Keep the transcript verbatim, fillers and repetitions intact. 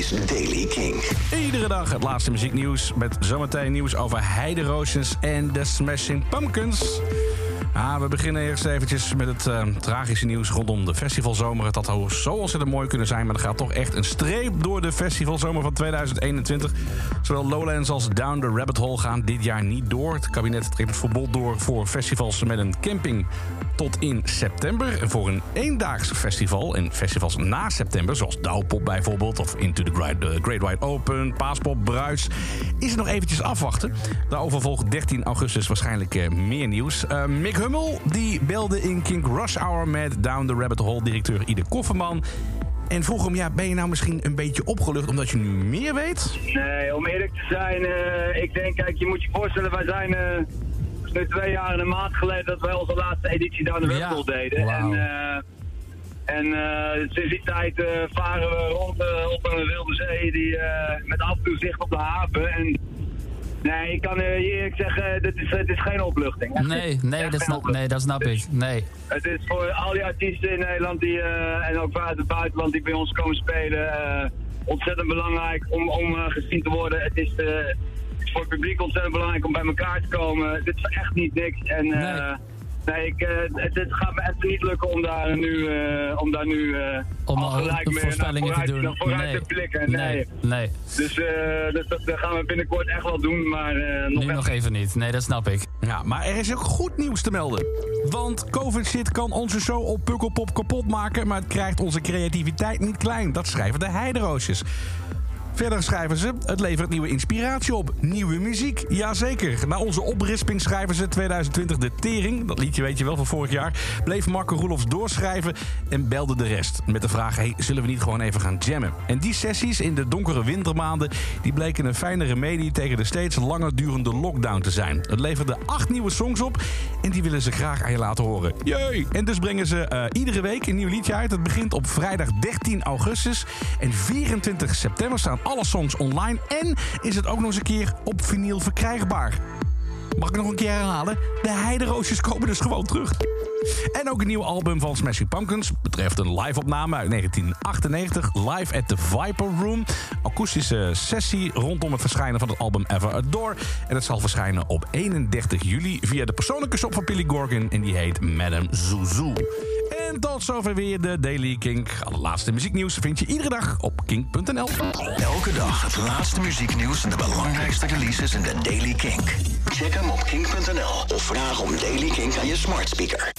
is Daily Kink. Iedere dag het laatste muzieknieuws met zometeen nieuws over Heide Roosjes en de Smashing Pumpkins. Ah, we beginnen eerst eventjes met het uh, tragische nieuws rondom de festivalzomer. Het had zo ontzettend mooi kunnen zijn, maar er gaat toch echt een streep door de festivalzomer van tweeduizend eenentwintig. Zowel Lowlands als Down the Rabbit Hole gaan dit jaar niet door. Het kabinet trekt het verbod door voor festivals met een camping tot in september. En voor een eendaagse festival en festivals na september, zoals Douwpop bijvoorbeeld, of Into the Great, uh, Great Wide Open, Paaspop, Bruis, is het nog eventjes afwachten. Daarover volgt dertien augustus waarschijnlijk uh, meer nieuws. Uh, Mick Hummel die belde in Kink Rush Hour met Down the Rabbit Hole directeur Ide Kofferman en vroeg hem, ja, ben je nou misschien een beetje opgelucht omdat je nu meer weet? Nee, om eerlijk te zijn, uh, ik denk, kijk, je moet je voorstellen, wij zijn uh, nu twee jaar en een maand geleden dat wij onze laatste editie Down the Rabbit Hole ja. deden. Wow. En, uh, en uh, sinds die tijd uh, varen we rond uh, op een wilde zee die, uh, met af en toe zicht op de haven. En nee, ik kan uh, je eerlijk zeggen, dit is, het is geen opluchting. Nee, nee, dat snap, nee dat snap ik. Nee. Het is voor al die artiesten in Nederland die, uh, en ook uit het buitenland die bij ons komen spelen, uh, ontzettend belangrijk om, om uh, gezien te worden. Het is, uh, het is voor het publiek ontzettend belangrijk om bij elkaar te komen. Dit is echt niet niks. En, uh, nee. Nee, ik, uh, het, het gaat me echt niet lukken om daar nu, uh, om daar nu uh, om al gelijk mee voorspellingen vooruit, te doen. vooruit Nee. te blikken. Nee. Nee. nee. Dus, uh, dus dat, dat gaan we binnenkort echt wel doen, maar uh, nog, nu even... nog even niet. Nee, dat snap ik. Ja, maar er is ook goed nieuws te melden. Want COVID-shit kan onze show op Pukkelpop kapot maken, maar het krijgt onze creativiteit niet klein. Dat schrijven de Heideroosjes. Verder schrijven ze, het levert nieuwe inspiratie op. Nieuwe muziek, jazeker. Na onze oprisping schrijven ze tweeduizend twintig de Tering, dat liedje weet je wel van vorig jaar, bleef Marco Roelofs doorschrijven en belde de rest. Met de vraag, hey, zullen we niet gewoon even gaan jammen? En die sessies in de donkere wintermaanden, die bleken een fijne remedie tegen de steeds langer durende lockdown te zijn. Het leverde acht nieuwe songs op en die willen ze graag aan je laten horen. Jee! En dus brengen ze uh, iedere week een nieuw liedje uit. Het begint op vrijdag dertien augustus en vierentwintig september staan alle songs online en is het ook nog eens een keer op vinyl verkrijgbaar. Mag ik nog een keer herhalen? De Heideroosjes komen dus gewoon terug. En ook een nieuw album van Smashing Pumpkins betreft een live-opname uit negentien achtennegentig, Live at the Viper Room. Akoestische sessie rondom het verschijnen van het album Ever Adore. En het zal verschijnen op eenendertig juli via de persoonlijke shop van Billy Corgan en die heet Madame Zouzou. En tot zover weer de Daily Kink. Alle laatste muzieknieuws vind je iedere dag op kink punt n l. Elke dag het laatste muzieknieuws en de belangrijkste releases in de Daily Kink. Check hem op kink punt n l of vraag om Daily Kink aan je smart speaker.